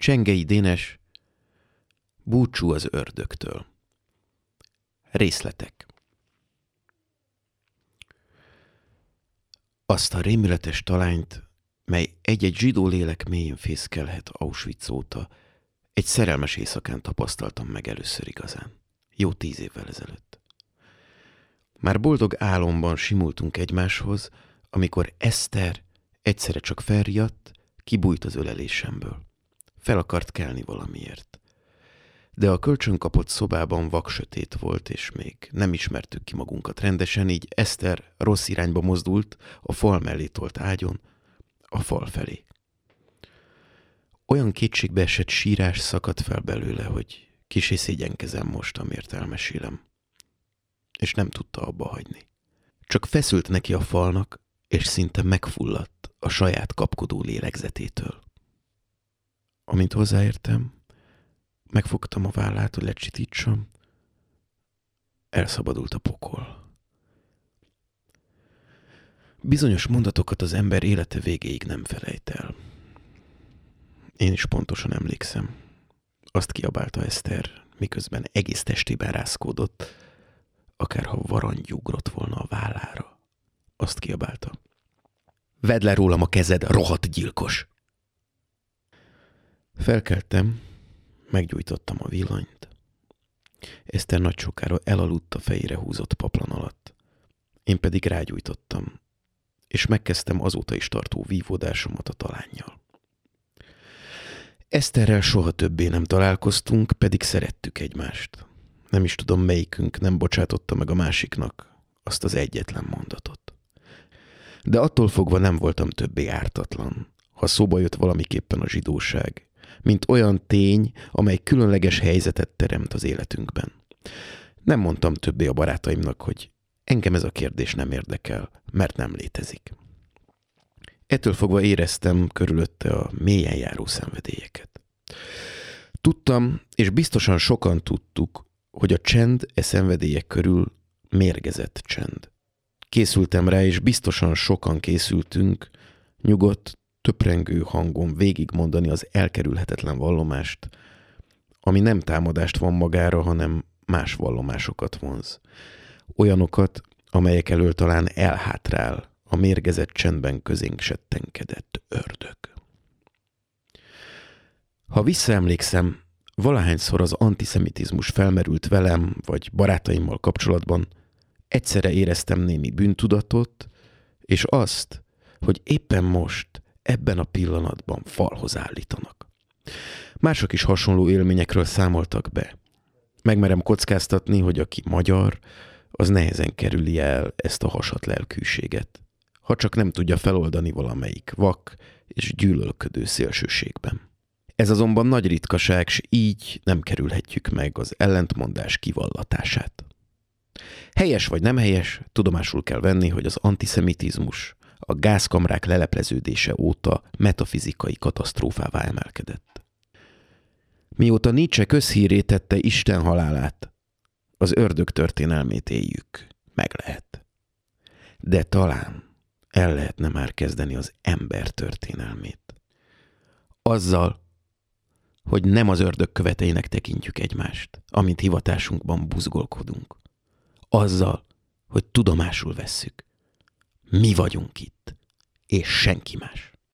Csengei Dénes, búcsú az ördögtől. Részletek. Azt a rémületes talányt, mely egy-egy zsidó lélek mélyén fészkelhet Auschwitz óta, egy szerelmes éjszakán tapasztaltam meg először igazán. Jó 10 évvel ezelőtt. Már boldog álomban simultunk egymáshoz, amikor Eszter egyszerre csak felriadt, kibújt az ölelésemből. Fel akart kelni valamiért. De a kölcsönkapott szobában vaksötét volt, és még nem ismertük ki magunkat rendesen, így Eszter rossz irányba mozdult, a fal mellé tolt ágyon, a fal felé. Olyan kétségbeesett sírás szakadt fel belőle, hogy kissé szégyenkezem most, amért elmesélem. És nem tudta abba hagyni. Csak feszült neki a falnak, és szinte megfulladt a saját kapkodó lélegzetétől. Amint hozzáértem, megfogtam a vállát, hogy lecsitítsam, elszabadult a pokol. Bizonyos mondatokat az ember élete végéig nem felejt el. Én is pontosan emlékszem. Azt kiabálta Eszter, miközben egész testében rázkódott, akárha varangy ugrott volna a vállára. Azt kiabálta. Vedd le rólam a kezed, rohadt gyilkos! Felkeltem, meggyújtottam a villanyt. Eszter nagy sokára elaludt a fejére húzott paplan alatt. Én pedig rágyújtottam, és megkezdtem azóta is tartó vívódásomat a talánnyal. Eszterrel soha többé nem találkoztunk, pedig szerettük egymást. Nem is tudom, melyikünk nem bocsátotta meg a másiknak azt az egyetlen mondatot. De attól fogva nem voltam többé ártatlan, ha szóba jött valamiképpen a zsidóság, mint olyan tény, amely különleges helyzetet teremt az életünkben. Nem mondtam többé a barátaimnak, hogy engem ez a kérdés nem érdekel, mert nem létezik. Ettől fogva éreztem körülötte a mélyen járó szenvedélyeket. Tudtam, és biztosan sokan tudtuk, hogy a csend e szenvedélyek körül mérgezett csend. Készültem rá, és biztosan sokan készültünk, nyugodt, töprengő hangon végigmondani az elkerülhetetlen vallomást, ami nem támadást von magára, hanem más vallomásokat vonz. Olyanokat, amelyek elől talán elhátrál a mérgezett csendben közénk settenkedett ördög. Ha visszaemlékszem, valahányszor az antiszemitizmus felmerült velem, vagy barátaimmal kapcsolatban, egyszerre éreztem némi bűntudatot, és azt, hogy éppen most, ebben a pillanatban falhoz állítanak. Mások is hasonló élményekről számoltak be. Megmerem kockáztatni, hogy aki magyar, az nehezen kerüli el ezt a hasat lelkűséget, ha csak nem tudja feloldani valamelyik vak és gyűlölködő szélsőségben. Ez azonban nagy ritkaság, s így nem kerülhetjük meg az ellentmondás kivallatását. Helyes vagy nem helyes, tudomásul kell venni, hogy az antiszemitizmus a gázkamrák lelepleződése óta metafizikai katasztrófává emelkedett. Mióta Nietzsche közhírré tette Isten halálát, az ördög történelmét éljük, meg lehet. De talán el lehetne már kezdeni az ember történelmét. Azzal, hogy nem az ördög követeinek tekintjük egymást, amint hivatásunkban buzgolkodunk. Azzal, hogy tudomásul vesszük. Mi vagyunk itt, és senki más.